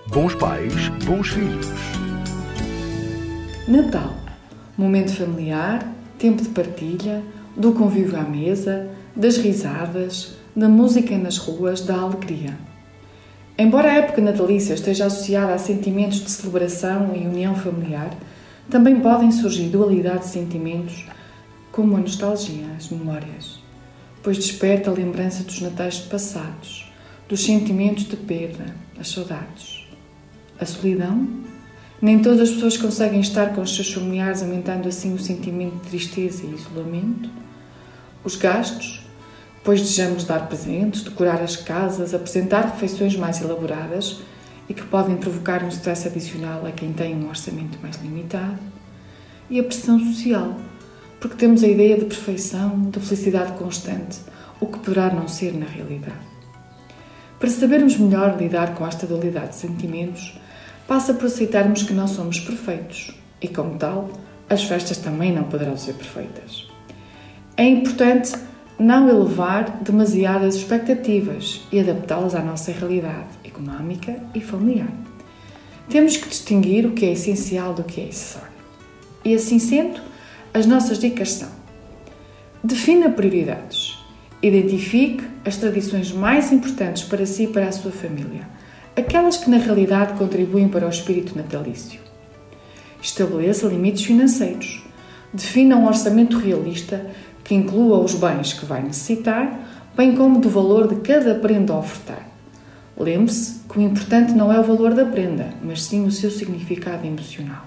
Bons pais, bons filhos. Natal. Momento familiar, tempo de partilha, do convívio à mesa, das risadas, da música nas ruas, da alegria. Embora a época natalícia esteja associada a sentimentos de celebração e união familiar, também podem surgir dualidade de sentimentos, como a nostalgia, as memórias, pois desperta a lembrança dos natais passados, dos sentimentos de perda, as saudades. A solidão? Nem todas as pessoas conseguem estar com os seus familiares, aumentando assim o sentimento de tristeza e isolamento. Os gastos? Pois desejamos dar presentes, decorar as casas, apresentar refeições mais elaboradas e que podem provocar um stress adicional a quem tem um orçamento mais limitado. E a pressão social, porque temos a ideia de perfeição, de felicidade constante, o que poderá não ser na realidade. Para sabermos melhor lidar com esta dualidade de sentimentos, passa por aceitarmos que não somos perfeitos e, como tal, as festas também não poderão ser perfeitas. É importante não elevar demasiadas expectativas e adaptá-las à nossa realidade económica e familiar. Temos que distinguir o que é essencial do que é acessório. E assim sendo, as nossas dicas são: defina prioridades. Identifique as tradições mais importantes para si e para a sua família, aquelas que na realidade contribuem para o espírito natalício. Estabeleça limites financeiros. Defina um orçamento realista que inclua os bens que vai necessitar, bem como do valor de cada prenda a ofertar. Lembre-se que o importante não é o valor da prenda, mas sim o seu significado emocional.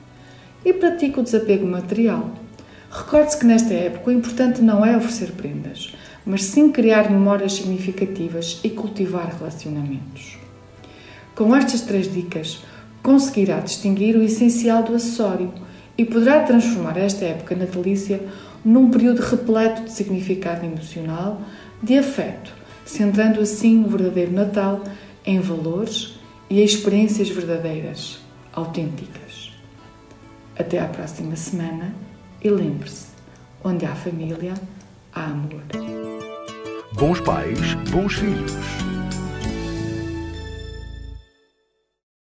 E pratique o desapego material. Recorde-se que nesta época o importante não é oferecer prendas, mas sim criar memórias significativas e cultivar relacionamentos. Com estas 3 dicas, conseguirá distinguir o essencial do acessório e poderá transformar esta época natalícia num período repleto de significado emocional, de afeto, centrando assim o verdadeiro Natal em valores e experiências verdadeiras, autênticas. Até à próxima semana e lembre-se, onde há família, há amor. Bons pais, bons filhos.